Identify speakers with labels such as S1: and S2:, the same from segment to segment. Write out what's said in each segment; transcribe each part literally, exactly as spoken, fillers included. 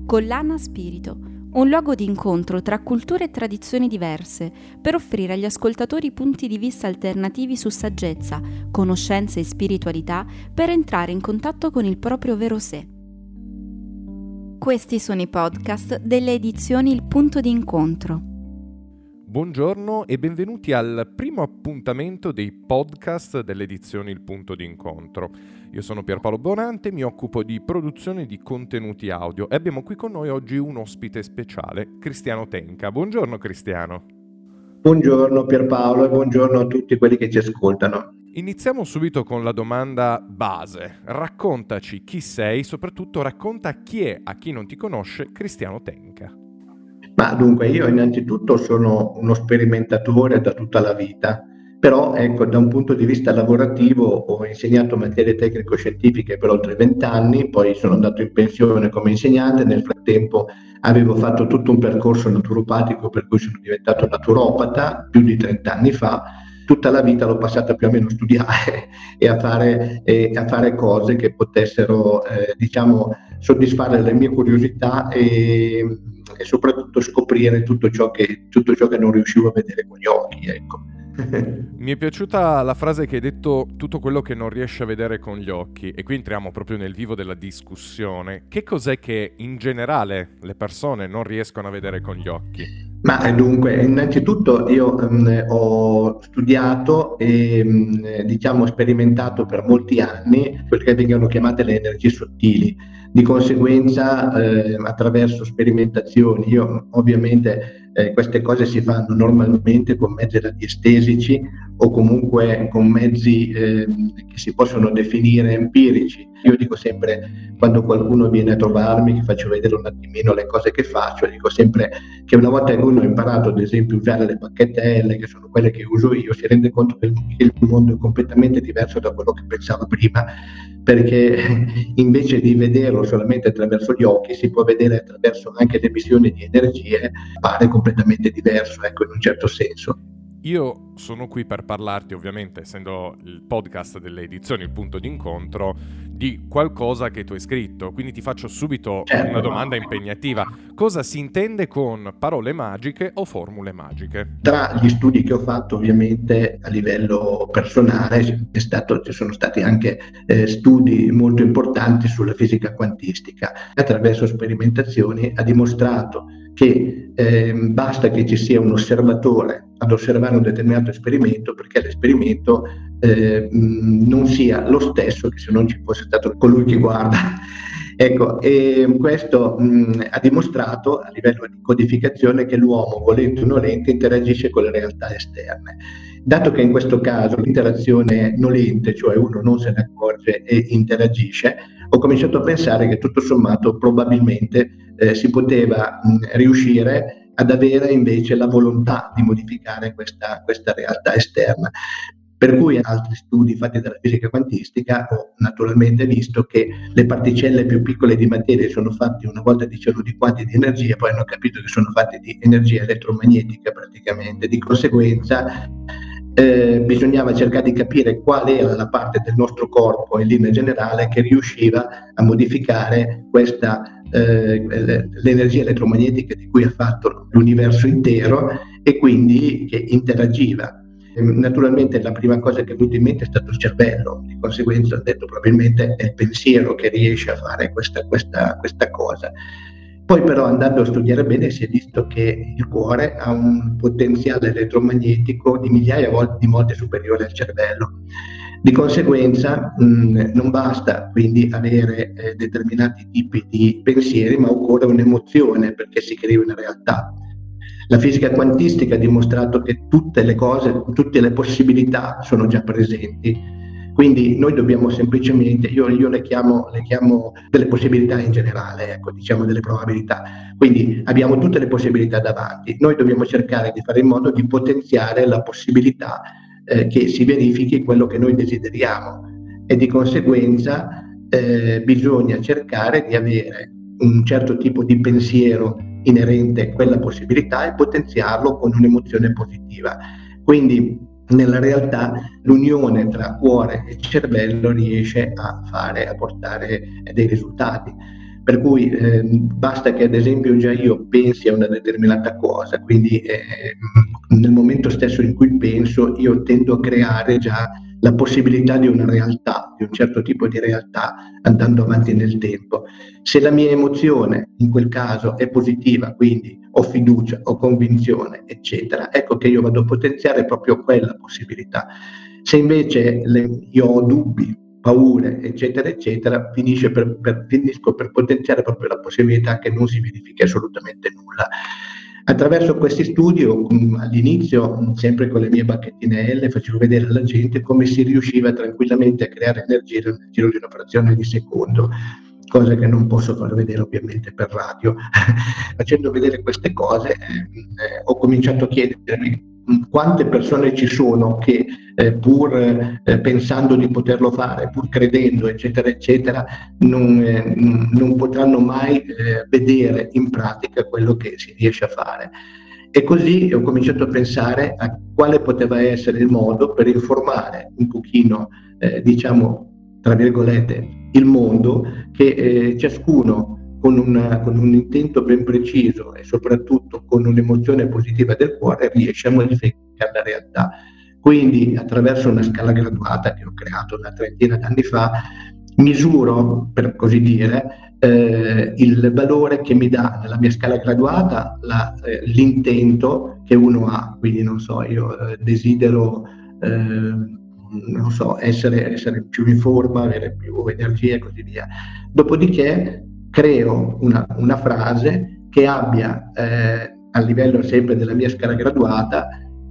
S1: Collana Spirito, un luogo di incontro tra culture e tradizioni diverse per offrire agli ascoltatori punti di vista alternativi su saggezza, conoscenze e spiritualità per entrare in contatto con il proprio vero sé. Questi sono i podcast delle edizioni Il Punto di Incontro.
S2: Buongiorno e benvenuti al primo appuntamento dei podcast delle edizioni Il Punto di Incontro. Io sono Pierpaolo Bonante, mi occupo di produzione di contenuti audio e abbiamo qui con noi oggi un ospite speciale, Cristiano Tenca. Buongiorno Cristiano.
S3: Buongiorno Pierpaolo e buongiorno a tutti quelli che ci ascoltano.
S2: Iniziamo subito con la domanda base. Raccontaci chi sei, soprattutto racconta chi è, a chi non ti conosce, Cristiano Tenca.
S3: Ma dunque, io innanzitutto sono uno sperimentatore da tutta la vita, però ecco, da un punto di vista lavorativo ho insegnato materie tecnico-scientifiche per oltre vent'anni, poi sono andato in pensione come insegnante, nel frattempo avevo fatto tutto un percorso naturopatico per cui sono diventato naturopata più di trent'anni fa. Tutta la vita l'ho passata più o meno a studiare e a fare, e a fare cose che potessero eh, diciamo soddisfare le mie curiosità e, e soprattutto scoprire tutto ciò che tutto ciò che non riuscivo a vedere con gli occhi, ecco.
S2: Mi è piaciuta la frase che hai detto, tutto quello che non riesci a vedere con gli occhi, e qui entriamo proprio nel vivo della discussione. Che cos'è che in generale le persone non riescono a vedere con gli occhi?
S3: Ma dunque, innanzitutto io um, ho studiato e um, diciamo sperimentato per molti anni quelle che vengono chiamate le energie sottili. Di conseguenza, eh, attraverso sperimentazioni, io ovviamente eh, queste cose si fanno normalmente con mezzi radiestesici o comunque con mezzi eh, che si possono definire empirici. Io dico sempre, quando qualcuno viene a trovarmi, che faccio vedere un attimino le cose che faccio, dico sempre che una volta che uno ha imparato ad esempio a usare le bacchettelle, che sono quelle che uso io, si rende conto che il mondo è completamente diverso da quello che pensava prima, perché invece di vederlo solamente attraverso gli occhi si può vedere attraverso anche l'emissione di energie, pare completamente diverso, ecco, in un certo senso.
S2: Io sono qui per parlarti, ovviamente, essendo il podcast delle edizioni Il Punto di Incontro, di qualcosa che tu hai scritto, quindi ti faccio subito
S3: certo.
S2: Una domanda impegnativa. Cosa si intende con parole magiche o formule magiche?
S3: Tra gli studi che ho fatto, ovviamente, a livello personale, è stato, ci sono stati anche eh, studi molto importanti sulla fisica quantistica. Attraverso sperimentazioni ha dimostrato che eh, basta che ci sia un osservatore ad osservare un determinato esperimento perché l'esperimento eh, non sia lo stesso che se non ci fosse stato colui che guarda. Ecco, e questo mh, ha dimostrato a livello di codificazione che l'uomo, volente o nolente, interagisce con le realtà esterne. Dato che in questo caso l'interazione nolente, cioè uno non se ne accorge e interagisce, ho cominciato a pensare che tutto sommato probabilmente eh, si poteva mh, riuscire ad avere invece la volontà di modificare questa, questa realtà esterna. Per cui altri studi fatti dalla fisica quantistica ho naturalmente visto che le particelle più piccole di materia sono fatte, una volta dicevano di quanti di energia, poi hanno capito che sono fatte di energia elettromagnetica praticamente. Di conseguenza eh, bisognava cercare di capire qual era la parte del nostro corpo in linea generale che riusciva a modificare questa eh, l'energia elettromagnetica di cui è fatto l'universo intero e quindi che interagiva. Naturalmente la prima cosa che è venuta in mente è stato il cervello, di conseguenza ho detto probabilmente è il pensiero che riesce a fare questa, questa, questa cosa. Poi però andando a studiare bene si è visto che il cuore ha un potenziale elettromagnetico di migliaia di volte superiore al cervello. Di conseguenza mh, non basta quindi avere eh, determinati tipi di pensieri, ma occorre un'emozione perché si crei una realtà. La fisica quantistica ha dimostrato che tutte le cose, tutte le possibilità sono già presenti, quindi noi dobbiamo semplicemente, io, io le, chiamo, le chiamo delle possibilità in generale, ecco, diciamo delle probabilità, quindi abbiamo tutte le possibilità davanti, noi dobbiamo cercare di fare in modo di potenziare la possibilità eh, che si verifichi quello che noi desideriamo e di conseguenza eh, bisogna cercare di avere un certo tipo di pensiero inerente a quella possibilità e potenziarlo con un'emozione positiva. Quindi nella realtà l'unione tra cuore e cervello riesce a fare, a portare dei risultati. per cui eh, basta che ad esempio già io pensi a una determinata cosa, quindi eh, nel momento stesso in cui penso io tendo a creare già la possibilità di una realtà, di un certo tipo di realtà andando avanti nel tempo. Se la mia emozione in quel caso è positiva, quindi ho fiducia, ho convinzione, eccetera, ecco che io vado a potenziare proprio quella possibilità. Se invece le, io ho dubbi, paure, eccetera, eccetera, finisce per, per, finisco per potenziare proprio la possibilità che non si verifichi assolutamente nulla. Attraverso questi studi, io, all'inizio, sempre con le mie bacchettinelle, facevo vedere alla gente come si riusciva tranquillamente a creare energia nel giro di una frazione di secondo, cosa che non posso far vedere ovviamente per radio. Facendo vedere queste cose eh, eh, ho cominciato a chiedermi quante persone ci sono che eh, pur eh, pensando di poterlo fare, pur credendo, eccetera, eccetera, non, eh, non potranno mai eh, vedere in pratica quello che si riesce a fare. E così ho cominciato a pensare a quale poteva essere il modo per informare un pochino, eh, diciamo, tra virgolette, il mondo, che eh, ciascuno Con, una, con un intento ben preciso e soprattutto con un'emozione positiva del cuore riesce a modificare la realtà. Quindi attraverso una scala graduata che ho creato una trentina d'anni fa, misuro, per così dire, eh, il valore che mi dà nella mia scala graduata la, eh, l'intento che uno ha. Quindi non so, io eh, desidero eh, non so, essere, essere più in forma, avere più energia e così via. Dopodiché creo una, una frase che abbia eh, a livello sempre della mia scala graduata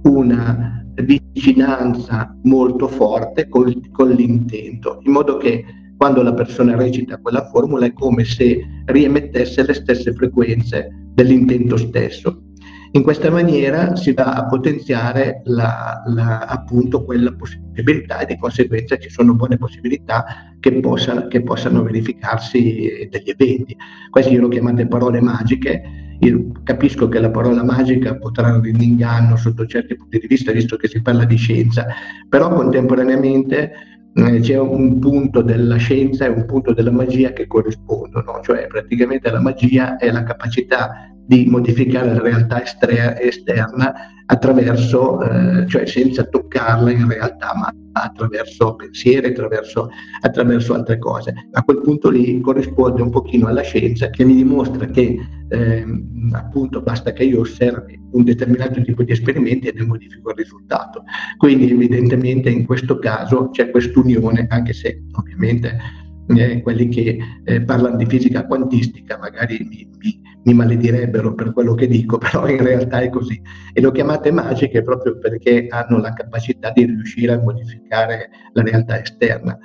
S3: una vicinanza molto forte con, con l'intento, in modo che quando la persona recita quella formula è come se riemettesse le stesse frequenze dell'intento stesso. In questa maniera si va a potenziare la, la, appunto quella possibilità e di conseguenza ci sono buone possibilità che, possa, che possano verificarsi degli eventi. Queste io lo chiamate parole magiche. Io capisco che la parola magica può trarre in inganno sotto certi punti di vista, visto che si parla di scienza, però contemporaneamente eh, c'è un punto della scienza e un punto della magia che corrispondono, cioè praticamente la magia è la capacità di modificare la realtà estre- esterna attraverso, eh, cioè senza toccarla in realtà, ma attraverso pensieri, attraverso, attraverso altre cose. A quel punto lì corrisponde un pochino alla scienza che mi dimostra che eh, appunto basta che io osservi un determinato tipo di esperimenti e ne modifico il risultato. Quindi evidentemente in questo caso c'è quest'unione, anche se ovviamente eh, quelli che eh, parlano di fisica quantistica magari mi, mi, mi maledirebbero per quello che dico, però in realtà è così. E le ho chiamate magiche proprio perché hanno la capacità di riuscire a modificare la realtà esterna.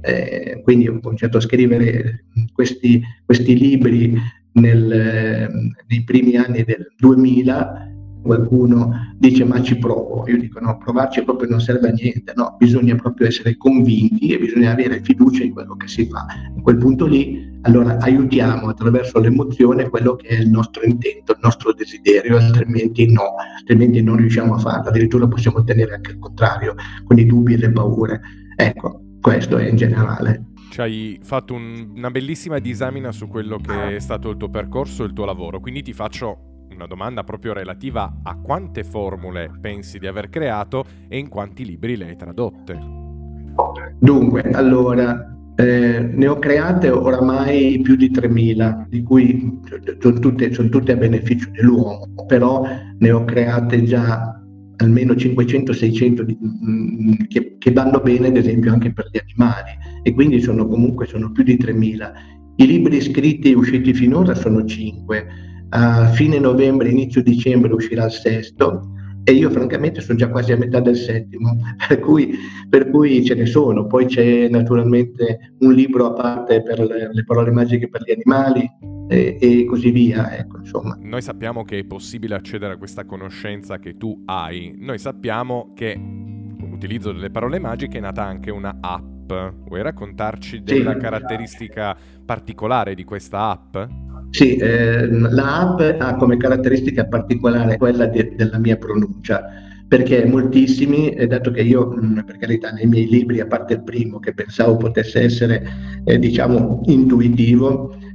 S3: Eh, quindi ho cominciato a scrivere questi, questi libri nel, nei primi anni del duemila. Qualcuno dice ma ci provo, io dico no, provarci proprio non serve a niente, no, bisogna proprio essere convinti e bisogna avere fiducia in quello che si fa. A quel punto lì allora aiutiamo attraverso l'emozione quello che è il nostro intento, il nostro desiderio, altrimenti no, altrimenti non riusciamo a farlo, addirittura possiamo ottenere anche il contrario, con i dubbi e le paure. Ecco, questo è in generale.
S2: Ci hai fatto un, una bellissima disamina su quello che è stato il tuo percorso e il tuo lavoro, quindi ti faccio una domanda proprio relativa a quante formule pensi di aver creato e in quanti libri le hai tradotte.
S3: Dunque, allora, eh, ne ho create oramai più di tremila, di cui sono tutte, sono tutte a beneficio dell'uomo, però ne ho create già almeno cinquecento seicento di, mh, che, che vanno bene ad esempio anche per gli animali, e quindi sono comunque sono più di tremila. I libri scritti e usciti finora sono cinque. A fine novembre, inizio dicembre uscirà il sesto e io francamente sono già quasi a metà del settimo, per cui, per cui ce ne sono. Poi c'è naturalmente un libro a parte per le, le parole magiche per gli animali e, e così via, ecco, insomma.
S2: Noi sappiamo che è possibile accedere a questa conoscenza che tu hai. Noi sappiamo che con l'utilizzo delle parole magiche è nata anche una app. Vuoi raccontarci della sì. caratteristica particolare di questa app?
S3: Sì, eh, la app ha come caratteristica particolare quella de- della mia pronuncia, perché moltissimi, eh, dato che io, mh, per carità, nei miei libri, a parte il primo, che pensavo potesse essere, eh, diciamo, intuitivo,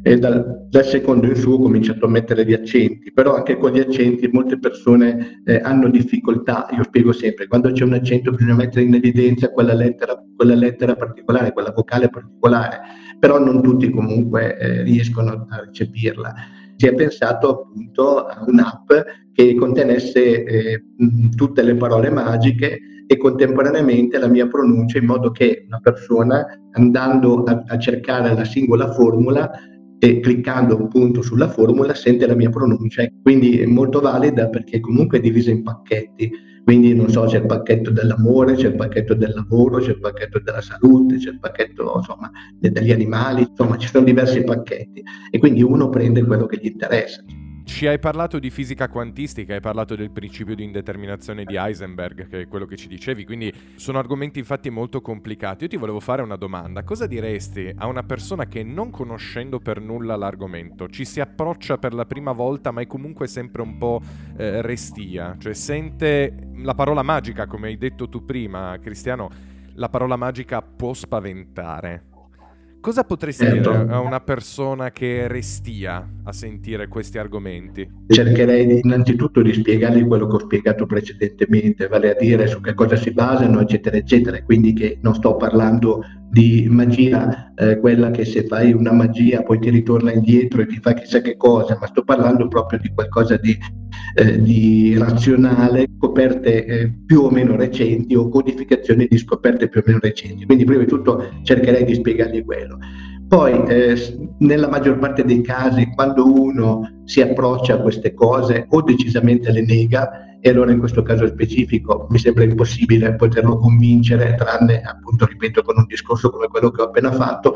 S3: e dal, dal secondo in su ho cominciato a mettere gli accenti, però anche con gli accenti molte persone eh, hanno difficoltà. Io spiego sempre, quando c'è un accento bisogna mettere in evidenza quella lettera, quella lettera particolare, quella vocale particolare, però non tutti comunque eh, riescono a recepirla. Si è pensato appunto a un'app che contenesse eh, tutte le parole magiche e contemporaneamente la mia pronuncia, in modo che una persona, andando a, a cercare la singola formula e cliccando appunto sulla formula, sente la mia pronuncia. Quindi è molto valida perché comunque è divisa in pacchetti. Quindi non so, c'è il pacchetto dell'amore, c'è il pacchetto del lavoro, c'è il pacchetto della salute, c'è il pacchetto insomma degli animali, insomma ci sono diversi pacchetti e quindi uno prende quello che gli interessa.
S2: Ci hai parlato di fisica quantistica, hai parlato del principio di indeterminazione di Heisenberg, che è quello che ci dicevi, quindi sono argomenti infatti molto complicati. Io ti volevo fare una domanda: cosa diresti a una persona che, non conoscendo per nulla l'argomento, ci si approccia per la prima volta ma è comunque sempre un po' eh, restia, cioè sente la parola magica, come hai detto tu prima, Cristiano, la parola magica può spaventare. Cosa potresti
S3: certo.
S2: dire a una persona che è restia a sentire questi argomenti?
S3: Cercherei di, innanzitutto di spiegargli quello che ho spiegato precedentemente, vale a dire su che cosa si basano, eccetera, eccetera. Quindi che non sto parlando di magia, eh, quella che se fai una magia poi ti ritorna indietro e ti fa chissà che cosa, ma sto parlando proprio di qualcosa di, eh, di razionale, scoperte eh, più o meno recenti o codificazioni di scoperte più o meno recenti. Quindi prima di tutto cercherei di spiegargli quello. Poi eh, nella maggior parte dei casi, quando uno si approccia a queste cose, o decisamente le nega, e allora in questo caso specifico mi sembra impossibile poterlo convincere, tranne appunto, ripeto, con un discorso come quello che ho appena fatto,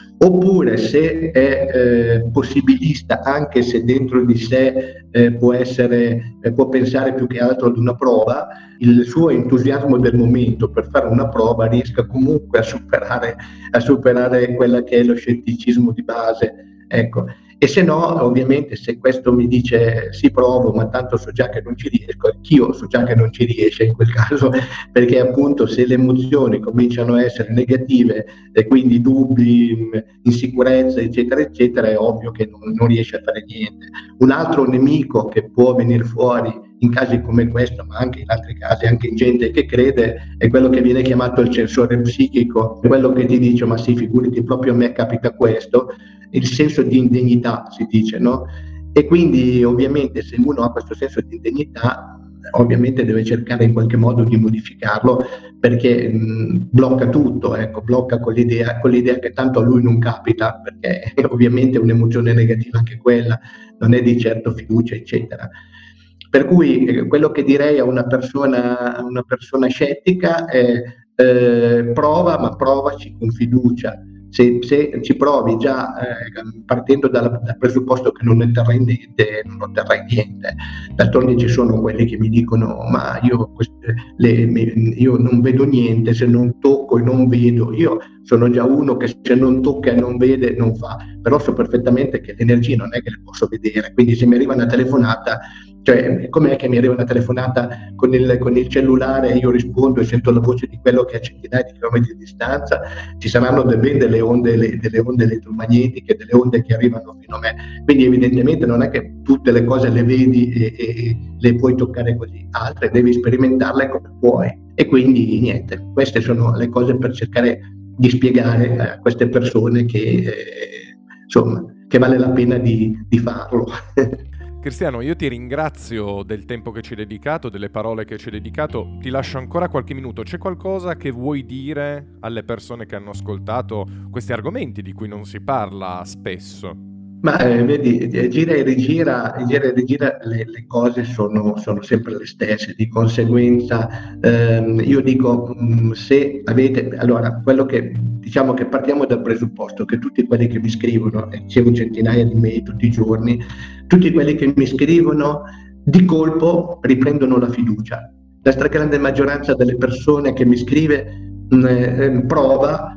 S3: oppure se è eh, possibilista, anche se dentro di sé eh, può essere, eh, può pensare più che altro ad una prova, il suo entusiasmo del momento per fare una prova riesca comunque a superare, a superare quella che è lo scetticismo di base, ecco. E se no, ovviamente, se questo mi dice sì, provo, ma tanto so già che non ci riesco, anch'io so già che non ci riesce in quel caso, perché appunto se le emozioni cominciano a essere negative e quindi dubbi, insicurezza, eccetera, eccetera, è ovvio che non, non riesce a fare niente. Un altro nemico che può venire fuori in casi come questo, ma anche in altri casi, anche in gente che crede, è quello che viene chiamato il censore psichico, quello che ti dice ma sì, figurati, proprio a me capita questo, il senso di indegnità si dice, no? E quindi ovviamente se uno ha questo senso di indegnità, ovviamente deve cercare in qualche modo di modificarlo, perché mh, blocca tutto, ecco, blocca con l'idea, con l'idea che tanto a lui non capita, perché ovviamente è un'emozione negativa anche quella, non è di certo fiducia, eccetera. Per cui eh, quello che direi a una persona, a una persona scettica è eh, prova, ma provaci con fiducia. Se, se ci provi già eh, partendo dalla, dal presupposto che non otterrai niente, non otterrai niente. D'altronde ci sono quelli che mi dicono ma io, queste, le, io non vedo niente, se non tocco e non vedo. Io sono già uno che se non tocca e non vede non fa, però so perfettamente che le energie non è che le posso vedere, quindi se mi arriva una telefonata, cioè com'è che mi arriva una telefonata con il, con il cellulare e io rispondo e sento la voce di quello che è a centinaia di chilometri di distanza, ci saranno ben delle onde, le, delle onde elettromagnetiche, delle onde che arrivano fino a me, quindi evidentemente non è che tutte le cose le vedi e, e le puoi toccare così, altre devi sperimentarle come puoi, e quindi niente, queste sono le cose per cercare di spiegare a queste persone che eh, insomma che vale la pena di, di farlo.
S2: Cristiano, io ti ringrazio del tempo che ci hai dedicato, delle parole che ci hai dedicato, ti lascio ancora qualche minuto. C'è qualcosa che vuoi dire alle persone che hanno ascoltato questi argomenti di cui non si parla spesso?
S3: Ma eh, vedi, gira e rigira, gira e rigira le, le cose sono, sono sempre le stesse, di conseguenza ehm, io dico mh, se avete, allora quello che diciamo che partiamo dal presupposto che tutti quelli che mi scrivono, e ricevo centinaia di mail tutti i giorni, tutti quelli che mi scrivono di colpo riprendono la fiducia. La stragrande maggioranza delle persone che mi scrive mh, eh, prova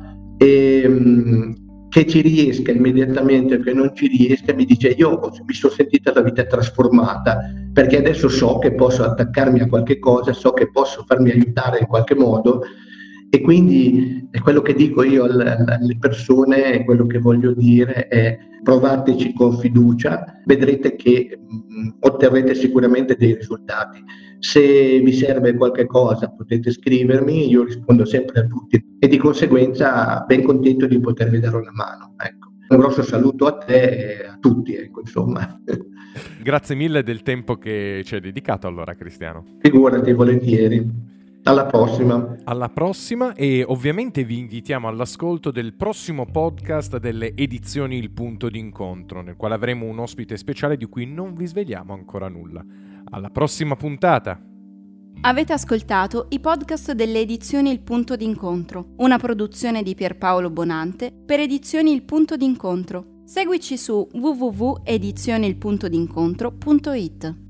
S3: e mh, che ci riesca immediatamente o che non ci riesca mi dice io mi sono sentita la vita trasformata perché adesso so che posso attaccarmi a qualche cosa, so che posso farmi aiutare in qualche modo E quindi è quello che dico io alle persone, quello che voglio dire è: provateci con fiducia, vedrete che mh, otterrete sicuramente dei risultati. Se vi serve qualche cosa potete scrivermi, io rispondo sempre a tutti e di conseguenza ben contento di potervi dare una mano. Ecco. Un grosso saluto a te e a tutti, ecco, insomma.
S2: Grazie mille del tempo che ci hai dedicato allora, Cristiano.
S3: Figurati, volentieri. Alla prossima.
S2: Alla prossima, e ovviamente vi invitiamo all'ascolto del prossimo podcast delle edizioni Il Punto d'Incontro, nel quale avremo un ospite speciale di cui non vi svegliamo ancora nulla. Alla prossima puntata!
S1: Avete ascoltato i podcast delle edizioni Il Punto d'Incontro, una produzione di Pierpaolo Bonante per edizioni Il Punto d'Incontro. Seguici su w w w punto edizioni il punto d'incontro punto it.